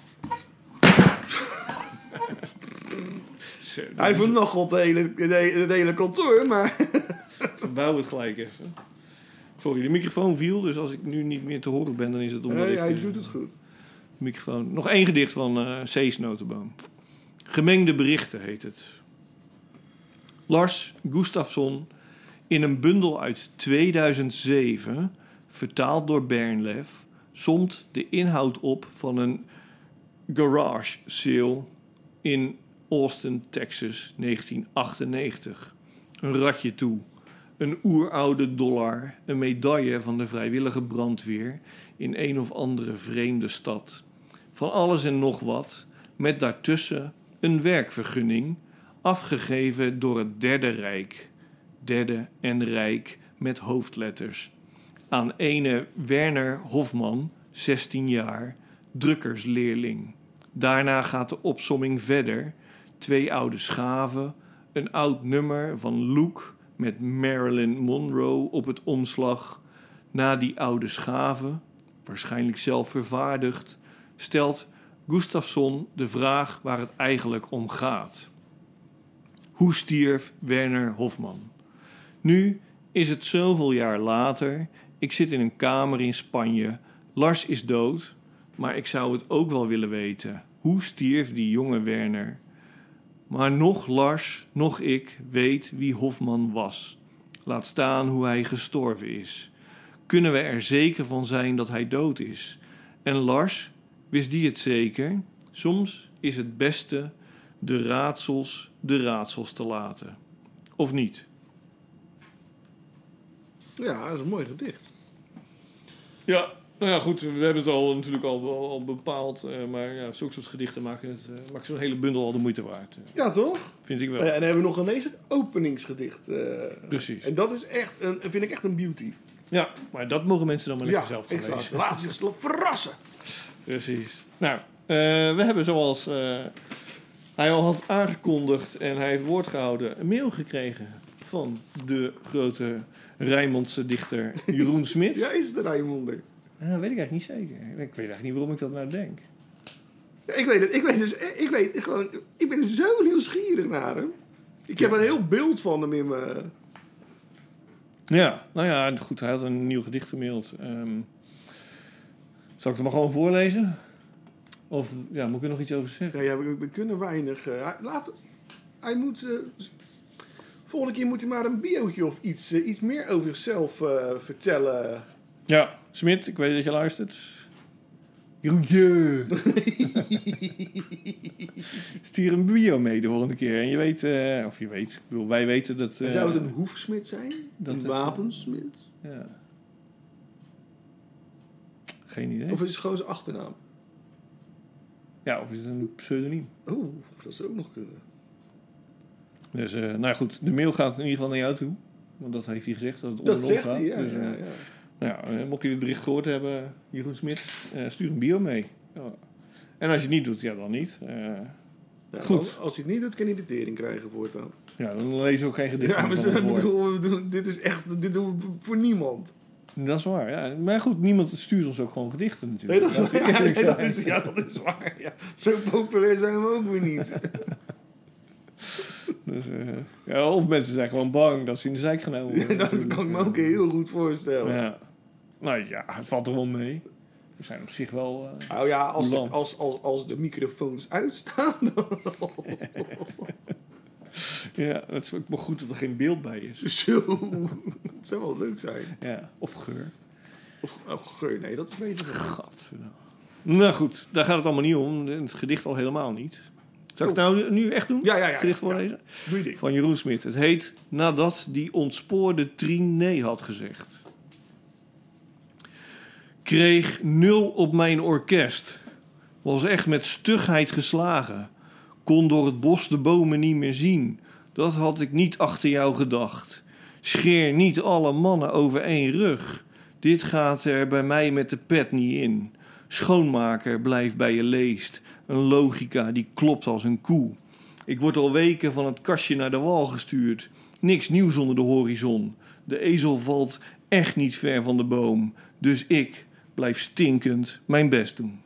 Zo, dan Hij vernachelt de hele, de, het hele kantoor, maar... verbouw het gelijk even. Sorry, de microfoon viel, dus als ik nu niet meer te horen ben, dan is het omdat Nee, ik... hij eh, doet het goed. Microfoon. Nog één gedicht van uh, Cees Notenboom. Gemengde berichten heet het. Lars Gustafsson in een bundel uit tweeduizend zeven, vertaald door Bernlef, somt de inhoud op van een garage sale in Austin, Texas, negentien achtennegentig. Een ratje toe, een oeroude dollar, een medaille van de vrijwillige brandweer in een of andere vreemde stad. Van alles en nog wat, met daartussen een werkvergunning, afgegeven door het Derde Rijk. Derde en Rijk met hoofdletters. Aan ene Werner Hofman, zestien jaar, drukkersleerling. Daarna gaat de opsomming verder. Twee oude schaven, een oud nummer van Luke met Marilyn Monroe op het omslag. Na die oude schaven, waarschijnlijk zelf vervaardigd, stelt Gustafsson de vraag waar het eigenlijk om gaat. Hoe stierf Werner Hofman? Nu is het zoveel jaar later. Ik zit in een kamer in Spanje. Lars is dood, maar ik zou het ook wel willen weten. Hoe stierf die jonge Werner? Maar nog Lars, nog ik weet wie Hofman was. Laat staan hoe hij gestorven is. Kunnen we er zeker van zijn dat hij dood is? En Lars, wist die het zeker? Soms is het beste de raadsels de raadsels te laten. Of niet? Ja, dat is een mooi gedicht. Ja, Nou ja, goed, we hebben het al natuurlijk al, al, al bepaald. Uh, maar ja, zulke soort gedichten maken, het, uh, maken zo'n hele bundel al de moeite waard. Uh, ja, toch? Vind ik wel. Uh, en dan hebben we nog ineens het openingsgedicht. Uh, Precies. En dat is echt een, vind ik echt een beauty. Ja, maar dat mogen mensen dan maar lekker ja, zelf gaan exact. lezen. Laat zich verrassen. Precies. Nou, uh, we hebben zoals uh, hij al had aangekondigd en hij heeft woord gehouden, een mail gekregen van de grote Rijnmondse dichter Jeroen Smit. Ja, is het de Rijnmonder? Uh, dat weet ik eigenlijk niet zeker. Ik weet eigenlijk niet waarom ik dat nou denk. Ja, ik weet het. Ik weet dus, ik weet gewoon, ik ben zo nieuwsgierig naar hem. Ik heb een heel beeld van hem in mijn... Ja, nou ja, goed, hij had een nieuw gedicht gemaild. Um, zal ik het maar gewoon voorlezen? Of ja, moet ik er nog iets over zeggen? Ja, ja we, we kunnen weinig. Uh, laat, hij moet. Uh, volgende keer moet hij maar een biootje of iets, uh, iets meer over zichzelf uh, vertellen. Ja, Smit, ik weet dat je luistert. Jeroentje! Stuur een bio mee de volgende keer. En je weet, uh, of je weet, ik bedoel, wij weten dat... Uh, zou het een hoefsmid zijn? Dat een het, wapensmid? Ja. Geen idee. Of is het gewoon zijn achternaam? Ja, of is het een pseudoniem? Oeh, dat zou ook nog kunnen. Dus, uh, nou goed, de mail gaat in ieder geval naar jou toe. Want dat heeft hij gezegd, dat het Dat zegt gaat. hij, ja. Dus, uh, ja, ja. Nou ja, mocht je dit bericht gehoord hebben, Jeroen Smit, uh, stuur een bio mee. Ja. En als je het niet doet, ja dan niet. Uh, Ja, goed. Als, als hij het niet doet, kan hij de tering krijgen voortaan. Ja, dan lezen we ook geen gedicht. Ja, maar ze, bedoel, we doen, dit is echt, dit doen we voor niemand. Dat is waar, ja. Maar goed, niemand stuurt ons ook gewoon gedichten Nee, natuurlijk. dat is, Laten we ja, eerlijk nee, dat zijn. is, ja, dat is waar. Ja. Zo populair zijn we ook weer niet. Dus, uh, ja, of mensen zijn gewoon bang dat ze in de zijk genomen worden. Ja, dat kan ik me ook heel goed voorstellen. Ja. Nou ja, het valt er wel mee. We zijn op zich wel... Uh, nou ja, als, de, land. als, als, als de microfoons uitstaan... Dan... ja, het is ook wel goed dat er geen beeld bij is. Zo, het zou wel leuk zijn. Ja, of geur. Of oh, geur, nee, dat is beter. Gadverdamme. Nou goed, daar gaat het allemaal niet om. Het gedicht al helemaal niet. Zal ik het nou nu echt doen? Ja, ja, ja. Het gedicht ja, voorlezen? ja. Doe je ding. Van Jeroen Smit. Het heet Nadat die ontspoorde Trien nee had gezegd. Kreeg nul op mijn orkest. Was echt met stugheid geslagen. Kon door het bos de bomen niet meer zien. Dat had ik niet achter jou gedacht. Scheer niet alle mannen over één rug. Dit gaat er bij mij met de pet niet in. Schoonmaker, blijf bij je leest. Een logica die klopt als een koe. Ik word al weken van het kastje naar de wal gestuurd. Niks nieuws onder de horizon. De ezel valt echt niet ver van de boom. Dus ik blijf stinkend mijn best doen.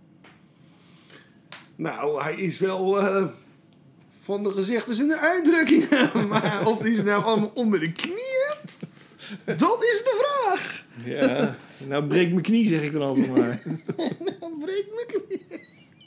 Nou, hij is wel uh, van de gezegdes en de uitdrukkingen. Maar of hij ze nou allemaal onder de knieën? Dat is de vraag. Ja, nou breek mijn knie, zeg ik dan altijd maar. Nou, breek mijn knie.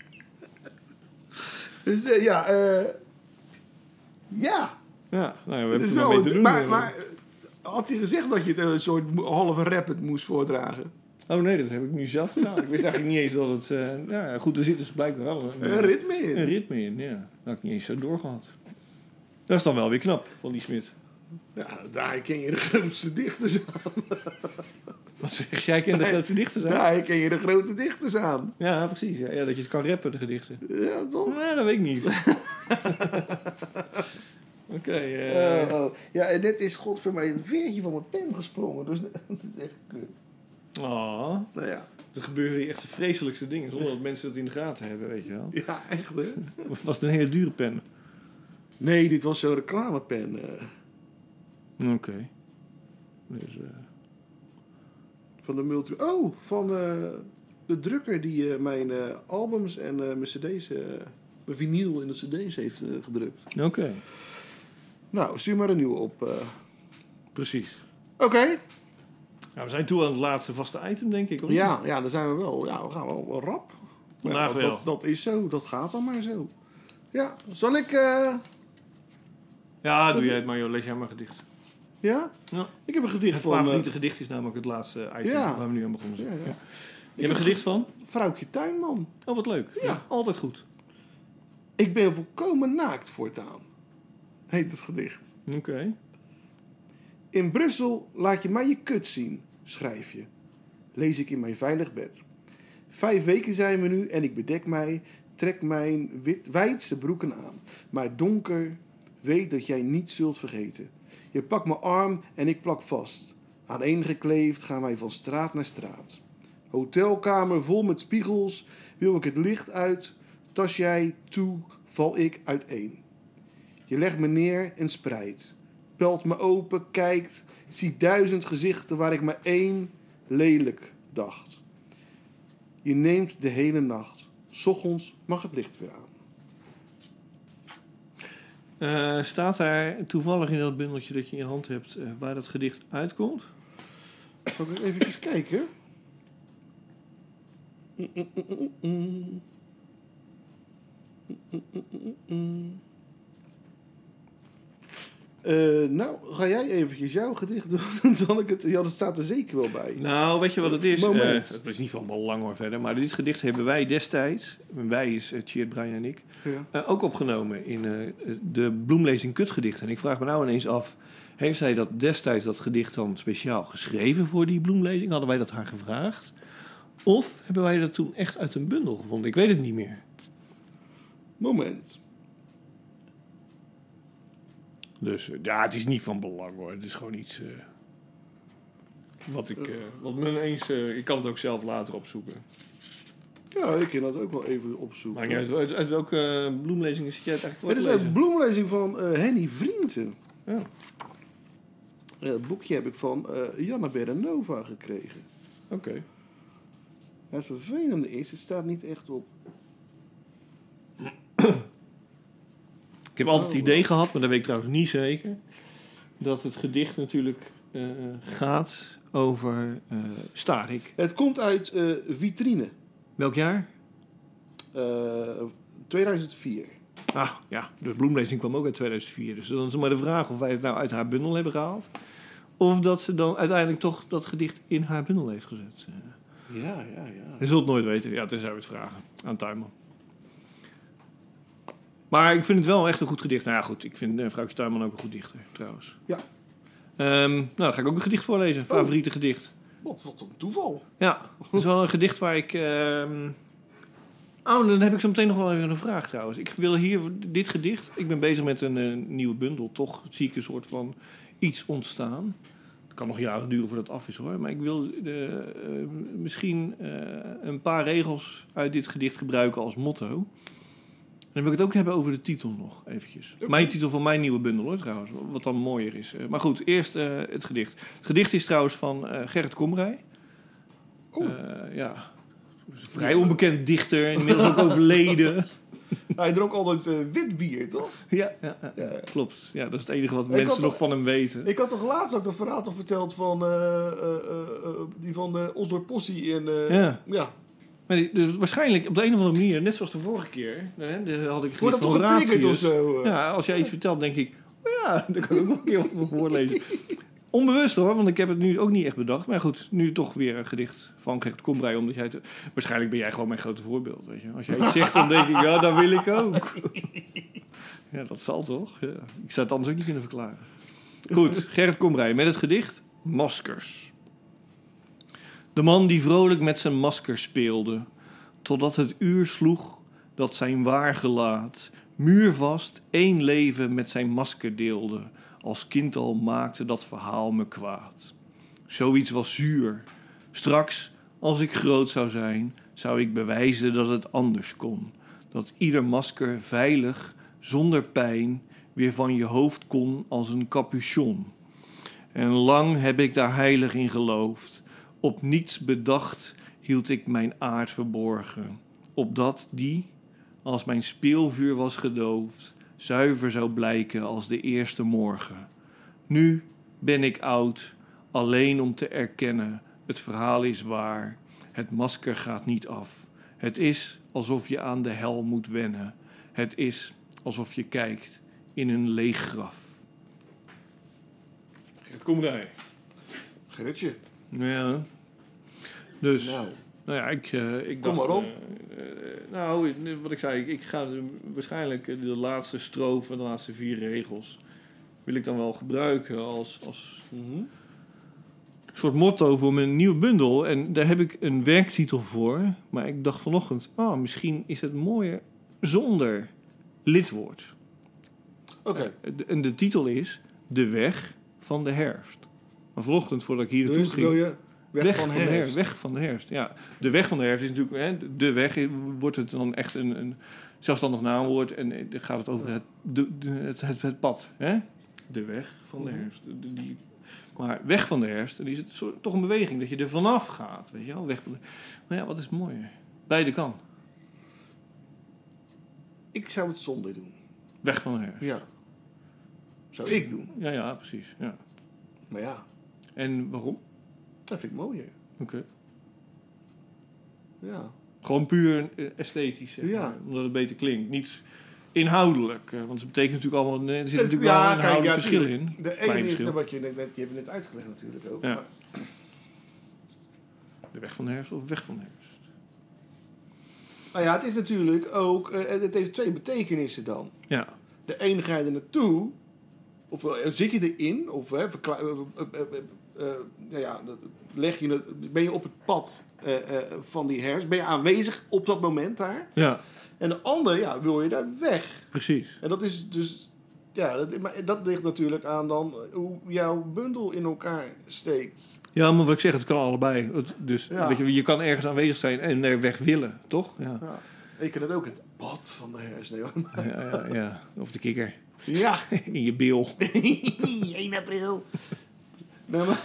Dus uh, ja, uh, ja. Ja, nou ja, we Het hebben is er maar wel, mee te doen. maar, maar uh, had hij gezegd dat je het uh, een soort halve rap moest voordragen? Oh nee, dat heb ik nu zelf gedaan. Ik wist eigenlijk niet eens dat het... Uh, ja, goed, er zit dus blijkbaar wel een, Een ritme in. Een ritme in, ja. Dat had ik niet eens zo doorgehad. Dat is dan wel weer knap, van die Smit. Ja, daar ken je de grootste dichters aan. Wat zeg jij, kent de grote dichters aan? Daar ken je de grote dichters aan. Ja, precies. Ja, ja, dat je het kan rappen, de gedichten. Ja, toch? Nee, dat weet ik niet. Oké. Okay, uh... uh, oh. Ja, en dit is god voor mij een veertje van mijn pen gesprongen. Dus dat is echt kut. Oh. Nou ja. Er gebeuren hier echt de vreselijkste dingen zonder dat mensen dat in de gaten hebben, weet je wel. Ja, echt hè. Of was het een hele dure pen? Nee, dit was zo'n reclamepen. Uh. Oké. Okay. Dus, uh... Van de multi... Oh, van uh, de drukker die uh, mijn uh, albums en uh, mijn cd's... Uh, mijn vinyl in de cd's heeft uh, gedrukt. Oké. Okay. Nou, stuur maar een nieuwe op. Uh. Precies. Oké. Okay. Nou, we zijn toe aan het laatste vaste item, denk ik. Of ja, ja, daar zijn we wel. Ja, we gaan wel, wel rap. Vandaag ja, wel. Dat, dat is zo. Dat gaat dan maar zo. Ja, zal ik... Uh... Ja, doe jij het maar, joh. Lees jij maar gedicht. Ja? Ja. Ik heb een gedicht het van... Het favoriete uh... gedicht is namelijk het laatste item ja. waar we nu aan begonnen zijn. Ja, ja. Ja. Je hebt een gedicht van? Vrouwtje Tuinman. Oh, wat leuk. Ja. Ja, altijd goed. Ik ben volkomen naakt voortaan. Heet het gedicht. Oké. Okay. In Brussel laat je maar je kut zien, schrijf je. lees ik in mijn veilig bed. Vijf weken zijn we nu en ik bedek mij, trek mijn wit, wijdse broeken aan. Maar donker, weet dat jij niet zult vergeten. Je pakt mijn arm en ik plak vast. Aaneengekleefd gaan wij van straat naar straat. Hotelkamer vol met spiegels, wil ik het licht uit, tas jij toe, val ik uiteen. Je legt me neer en spreidt, pelt me open, kijkt, ziet duizend gezichten waar ik maar één lelijk dacht. Je neemt de hele nacht, 's ochtends mag het licht weer aan. Uh, staat daar toevallig in dat bundeltje dat je in je hand hebt uh, waar dat gedicht uitkomt? Zal ik eens even kijken? Uh, nou, ga jij eventjes jouw gedicht doen? Dan zal ik het... Ja, dat staat er zeker wel bij. Nou, weet je wat het is? Uh, Moment. het is niet van belang hoor verder. Maar dit gedicht hebben wij destijds... Wij is uh, Tjeerd, Brian en ik... Ja. Uh, ook opgenomen in uh, de bloemlezing Kutgedichten. En ik vraag me nou ineens af... Heeft zij dat destijds dat gedicht dan speciaal geschreven voor die bloemlezing? Hadden wij dat haar gevraagd? Of hebben wij dat toen echt uit een bundel gevonden? Ik weet het niet meer. Moment. Dus uh, ja, het is niet van belang hoor. Het is gewoon iets... Uh, wat ik... Uh, wat me ineens... Uh, ik kan het ook zelf later opzoeken. Ja, ik kan dat ook wel even opzoeken. Maar uit, uit, uit welke uh, bloemlezingen zit jij het eigenlijk voor Het te is lezen? een bloemlezing van uh, Henny Vrienden. Ja. Uh, het boekje heb ik van uh, Janne Berenova gekregen. Oké. Okay. Ja, het vervelende is, het staat niet echt op. Ik heb altijd het Oh, idee gehad, maar dat weet ik trouwens niet zeker... dat het gedicht natuurlijk uh, gaat over uh, Starik. Het komt uit uh, Vitrine. Welk jaar? Uh, tweeduizend vier. Ah, ja, de bloemlezing kwam ook uit tweeduizend vier. Dus dan is maar de vraag of wij het nou uit haar bundel hebben gehaald... of dat ze dan uiteindelijk toch dat gedicht in haar bundel heeft gezet. Ja, ja, ja. Je zult het nooit weten. Ja, tenzij we het vragen aan Tuinman. Maar ik vind het wel echt een goed gedicht. Nou ja, goed. Ik vind uh, vrouwtje Tuinman ook een goed dichter, trouwens. Ja. Um, nou, dan ga ik ook een gedicht voorlezen. Favoriete oh. gedicht. Wat, wat een toeval. Ja, het is wel een gedicht waar ik... Um... Oh, dan heb ik zo meteen nog wel even een vraag, trouwens. Ik wil hier dit gedicht... Ik ben bezig met een uh, nieuwe bundel. Toch zie ik een soort van iets ontstaan. Het kan nog jaren duren voordat het af is, hoor. Maar ik wil uh, uh, misschien uh, een paar regels uit dit gedicht gebruiken als motto. Dan wil ik het ook hebben over de titel nog, eventjes. Okay. Mijn titel van mijn nieuwe bundel, hoor, trouwens. Wat dan mooier is. Uh, maar goed, eerst uh, het gedicht. Het gedicht is trouwens van uh, Gerrit Komrij. Oh. Uh, ja, vrij onbekend dichter. Inmiddels ook overleden. Hij dronk altijd uh, wit bier, toch? Ja, ja, ja, ja, klopt. Ja, dat is het enige wat mensen nog toch, van hem weten. Ik had toch laatst ook een verhaal toch verteld van... Uh, uh, uh, die van uh, Osdorp Possie en... Uh, ja. ja. Maar die, dus waarschijnlijk op de een of andere manier, net zoals de vorige keer, hè, had ik Wordt dat toch getriggerd of zo? Ja, als jij iets vertelt, denk ik, oh ja, dan kan ik ook nog een keer wat voor voorlezen. Onbewust hoor, want ik heb het nu ook niet echt bedacht. Maar goed, nu toch weer een gedicht van Gerrit Komrij, omdat jij het... Waarschijnlijk ben jij gewoon mijn grote voorbeeld, weet je. Als jij iets zegt, dan denk ik, ja, dat wil ik ook. Ja, dat zal toch? Ja. Ik zou het anders ook niet kunnen verklaren. Goed, Gerrit Komrij met het gedicht Maskers. De man die vrolijk met zijn masker speelde, totdat het uur sloeg dat zijn waar gelaat muurvast één leven met zijn masker deelde. Als kind al maakte dat verhaal me kwaad. Zoiets was zuur. Straks, als ik groot zou zijn, zou ik bewijzen dat het anders kon. Dat ieder masker veilig, zonder pijn, weer van je hoofd kon als een capuchon. En lang heb ik daar heilig in geloofd. Op niets bedacht hield ik mijn aard verborgen. Opdat die, als mijn speelvuur was gedoofd, zuiver zou blijken als de eerste morgen. Nu ben ik oud, alleen om te erkennen, het verhaal is waar. Het masker gaat niet af. Het is alsof je aan de hel moet wennen. Het is alsof je kijkt in een leeg graf. Kom erbij. Gerritje. Ja. Dus, nou, nou ja, ik, uh, ik Kom dacht... maar op. Uh, uh, nou, wat ik zei, ik, ik ga de, waarschijnlijk de laatste strofe, de laatste vier regels, wil ik dan wel gebruiken als, als mm-hmm. soort motto voor mijn nieuwe bundel. En daar heb ik een werktitel voor. Maar ik dacht vanochtend, oh, misschien is het mooier zonder lidwoord. Oké. Okay. En de titel is De Weg van de Herfst. Maar vanochtend, voordat ik hier naartoe Dus ging... wil je weg, weg van, van de herfst. herfst. Weg van de herfst, ja. De Weg van de Herfst is natuurlijk... Hè, de weg wordt het dan echt een, een zelfstandig naamwoord. En dan gaat het over het, de, de, het, het, het pad. Hè? De Weg van de Herfst. De, die, maar Weg van de Herfst, dan is het zo, toch een beweging dat je er vanaf gaat. Weet je wel? Weg van de, maar ja, wat is mooier? Beide kan. Ik zou het zonder doen. Weg van de Herfst. Ja. Zou ik doen. Ja, ja, precies. Ja. Maar ja. En waarom? Dat vind ik mooier. Oké. Okay. Ja. Gewoon puur esthetisch, zeg ja. maar, omdat het beter klinkt. Niet inhoudelijk, want het betekent natuurlijk allemaal... Er zit natuurlijk ja, wel een inhoudelijk ja, verschil in. De ene is wat je net, je hebt net uitgelegd natuurlijk ook. Ja. Maar... De Weg van de Herfst of Weg van de Herfst? Nou ja, het is natuurlijk ook... Uh, het heeft twee betekenissen dan. Ja. De ene ga je er naartoe, of uh, zit je erin, of uh, verkla- uh, uh, uh, uh, uh, ja, leg je het, ben je op het pad uh, uh, van die herfst, ben je aanwezig op dat moment daar. Ja. En de ander, ja, wil je daar weg. Precies. En dat is dus, ja, dat, maar dat ligt natuurlijk aan dan hoe jouw bundel in elkaar steekt. Ja, maar wat ik zeg, het kan allebei. Het, dus ja. weet je, je kan ergens aanwezig zijn en er weg willen, toch? Ja. Ja. Ik ken het ook, het pad van de herfst. Nee, ja, ja, ja. Of de kikker. Ja. In je bil. één april. Nee, maar...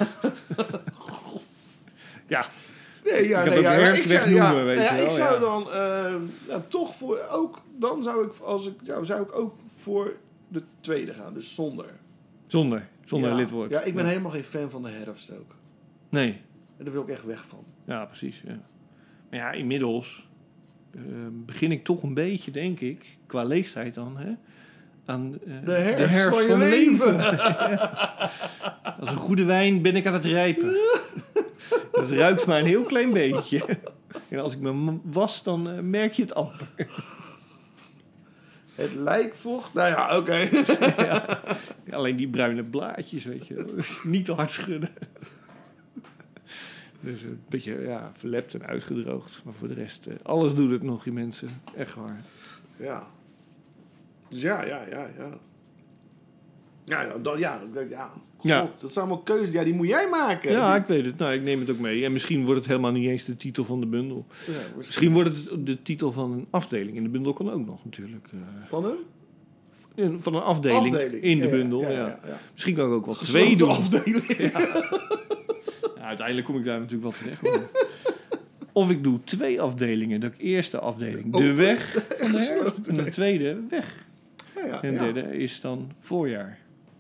Ja. Nee, ja, ik nee, kan ja, ook herfst ik zou, wegnoemen, ja, weet ja, je wel. Ik zou ja. dan uh, ja, toch voor ook... Dan zou ik, als ik, ja, zou ik ook voor de tweede gaan. Dus zonder. Zonder. Zonder ja. lidwoord. Ja, ik ben ja. helemaal geen fan van de herfst ook. Nee. En daar wil ik echt weg van. Ja, precies. Ja. Maar ja, inmiddels uh, begin ik toch een beetje, denk ik, qua leeftijd dan, hè, aan uh, de herfst, de herfst van, van je mijn leven. leven. Als een goede wijn ben ik aan het rijpen. Het ruikt maar een heel klein beetje. En als ik me was, dan uh, merk je het amper. Het lijkvocht? Nou ja, oké. Okay. Ja, alleen die bruine blaadjes, weet je. Niet te hard schudden. Dus een beetje ja, verlept en uitgedroogd. Maar voor de rest, uh, alles doet het nog, die mensen. Echt waar. Ja. Dus ja, ja, ja, ja. Ja, ja, dan, ja, ja. God, ja. Dat zijn allemaal keuzes. Ja, die moet jij maken. Ja, die... ik weet het. Nou, ik neem het ook mee. En misschien wordt het helemaal niet eens de titel van de bundel. Ja, misschien wordt het de titel van een afdeling. In de bundel kan ook nog natuurlijk. Uh, van een? Van een afdeling, afdeling. in de ja, bundel. Ja, ja, ja. Ja, ja. Misschien kan ik ook wat Gesloten twee doen. afdeling. Ja. Ja, uiteindelijk kom ik daar natuurlijk wel terecht. Maar... Of ik doe twee afdelingen. Dat ik eerste afdeling, de oh, weg van de herfst. En de tweede, weg. Ja, ja, en de ja. derde is dan voorjaar.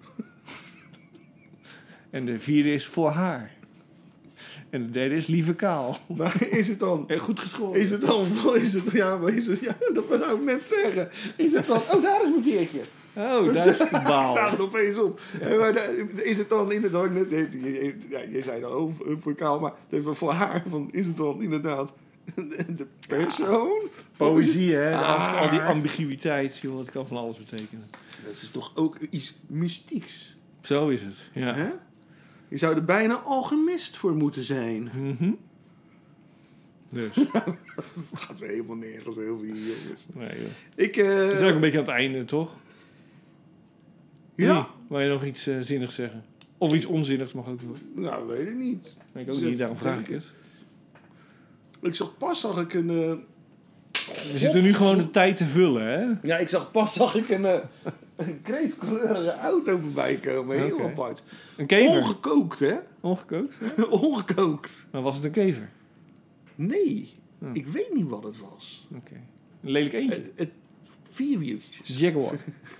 En de vierde is voor haar. En de derde is lieve kaal. Maar is het dan... En goed geschoren. Is het dan... Is het, ja, maar is het... Ja, dat wil ik net zeggen. Is het dan... Oh, daar is mijn veertje. Oh, daar is de baal. Staat er opeens op. Ja. Maar is het dan inderdaad... Net, je, ja, je zei dan oh, voor kaal, maar voor haar van, is het dan inderdaad de persoon? Ja. Poëzie, hè? Ah. Al die ambiguïteit, joh, dat kan van alles betekenen. Dat is toch ook iets mystieks. Zo is het, ja. Hè? Je zou er bijna alchemist voor moeten zijn. Mm-hmm. Dus. Dat gaat weer helemaal nergens over hier, jongens. Nee, joh. Ik, uh... Het is ook een beetje aan het einde, toch? Ja. Nee, wil je nog iets uh, zinnigs zeggen? Of iets onzinnigs mag ook wel. Nou, weet ik niet. Ik ook niet, daarom vraag ik het. Ik zag pas, zag ik een... Uh... We zitten nu gewoon de tijd te vullen, hè? Ja, ik zag pas, zag ik een... Uh... Een kreefkleurige auto voorbij komen. Heel okay. apart. Een kever? Ongekookt, hè? Ongekookt? Ja. Ongekookt. Maar was het een kever? Nee. Oh. Ik weet niet wat het was. Oké. Okay. Een lelijk eentje? Uh, het, vier wieltjes. Jaguar.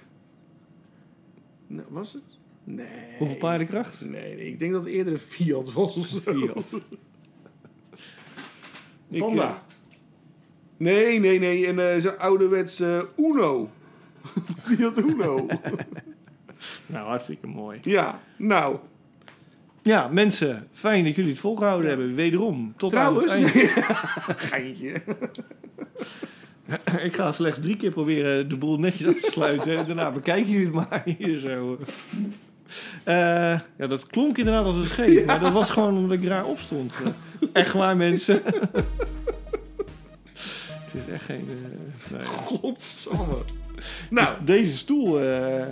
Nou, was het? Nee. Hoeveel paardenkracht? Nee, nee, ik denk dat het eerder een Fiat was of zo. Fiat. Panda. Ik, uh... Nee, nee, nee. Een uh, zo'n ouderwets uh, Uno. Fiat Uno. Nou, hartstikke mooi. Ja, nou. Ja, mensen, fijn dat jullie het volgehouden ja. hebben. Wederom, tot Trouwens, aan het einde. Geintje. Ik ga slechts drie keer proberen de boel netjes af te sluiten. En daarna bekijken jullie het maar hier zo. Uh, ja, dat klonk inderdaad als een scheet. Ja. Maar dat was gewoon omdat ik raar opstond. Uh, echt waar, mensen. Het is echt geen... Uh, nee. Godsamme. Nou. Dus deze stoel... Uh...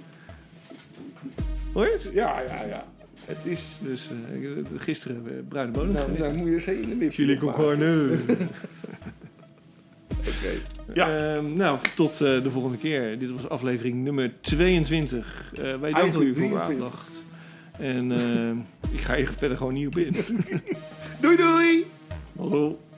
Hoor je het? Ja, ja, ja. Het is... Dus uh, gisteren uh, bruine bonen Nou, daar moet je geen wip Jullie concorne. Oké. Okay. Ja. Uh, nou, tot uh, de volgende keer. Dit was aflevering nummer tweeëntwintig. Uh, wij danken u voor uw aandacht. En uh, ik ga hier verder gewoon niet op in. Doei doei! Hallo.